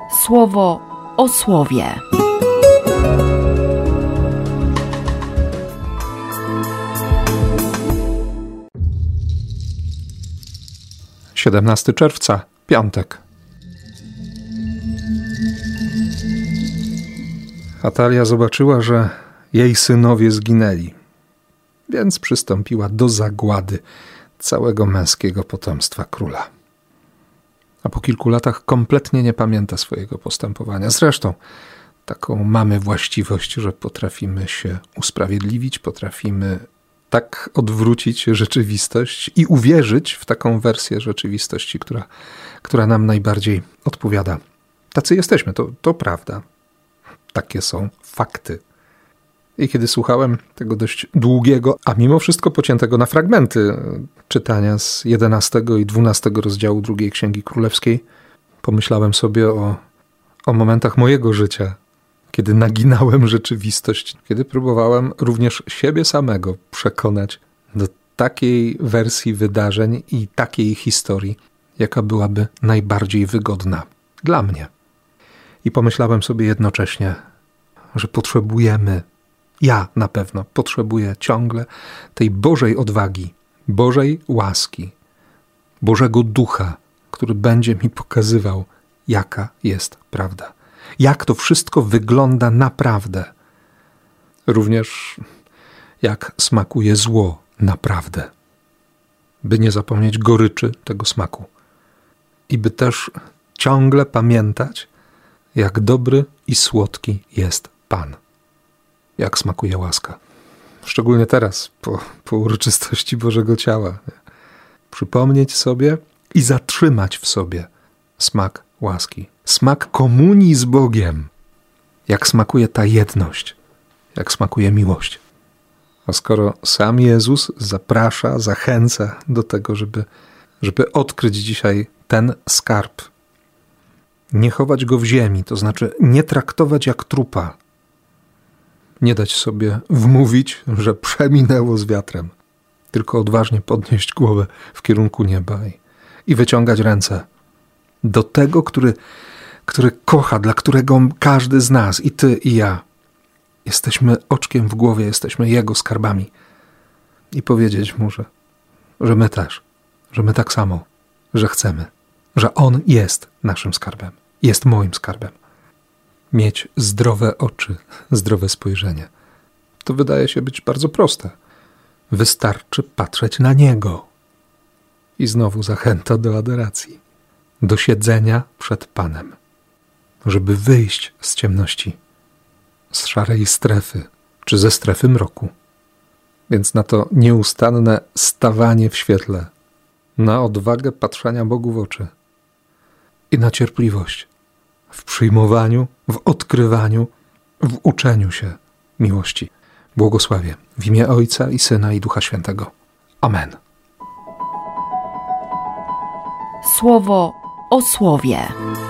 Słowo o słowie. Siedemnasty czerwca, piątek. Atalia zobaczyła, że jej synowie zginęli, więc przystąpiła do zagłady całego męskiego potomstwa króla. A po kilku latach kompletnie nie pamięta swojego postępowania. Zresztą taką mamy właściwość, że potrafimy się usprawiedliwić, potrafimy tak odwrócić rzeczywistość i uwierzyć w taką wersję rzeczywistości, która nam najbardziej odpowiada. Tacy jesteśmy, to prawda. Takie są fakty. I kiedy słuchałem tego dość długiego, a mimo wszystko pociętego na fragmenty czytania z 11 i 12 rozdziału drugiej Księgi Królewskiej, pomyślałem sobie o momentach mojego życia, kiedy naginałem rzeczywistość, kiedy próbowałem również siebie samego przekonać do takiej wersji wydarzeń i takiej historii, jaka byłaby najbardziej wygodna dla mnie. I pomyślałem sobie jednocześnie, że ja na pewno potrzebuję ciągle tej Bożej odwagi, Bożej łaski, Bożego Ducha, który będzie mi pokazywał, jaka jest prawda. Jak to wszystko wygląda naprawdę. Również jak smakuje zło naprawdę. By nie zapomnieć goryczy tego smaku. I by też ciągle pamiętać, jak dobry i słodki jest Pan. Jak smakuje łaska. Szczególnie teraz, po uroczystości Bożego Ciała. Przypomnieć sobie i zatrzymać w sobie smak łaski. Smak komunii z Bogiem. Jak smakuje ta jedność. Jak smakuje miłość. A skoro sam Jezus zaprasza, zachęca do tego, żeby odkryć dzisiaj ten skarb, nie chować go w ziemi, to znaczy nie traktować jak trupa, nie dać sobie wmówić, że przeminęło z wiatrem, tylko odważnie podnieść głowę w kierunku nieba i wyciągać ręce do tego, który kocha, dla którego każdy z nas, i ty, i ja, jesteśmy oczkiem w głowie, jesteśmy Jego skarbami. I powiedzieć Mu, że my też, że my tak samo, że chcemy, że On jest naszym skarbem, jest moim skarbem. Mieć zdrowe oczy, zdrowe spojrzenie. To wydaje się być bardzo proste. Wystarczy patrzeć na Niego. I znowu zachęta do adoracji, do siedzenia przed Panem, żeby wyjść z ciemności, z szarej strefy, czy ze strefy mroku. Więc na to nieustanne stawanie w świetle, na odwagę patrzenia Bogu w oczy i na cierpliwość w przyjmowaniu, w odkrywaniu, w uczeniu się miłości. Błogosławię w imię Ojca i Syna i Ducha Świętego. Amen. Słowo o słowie.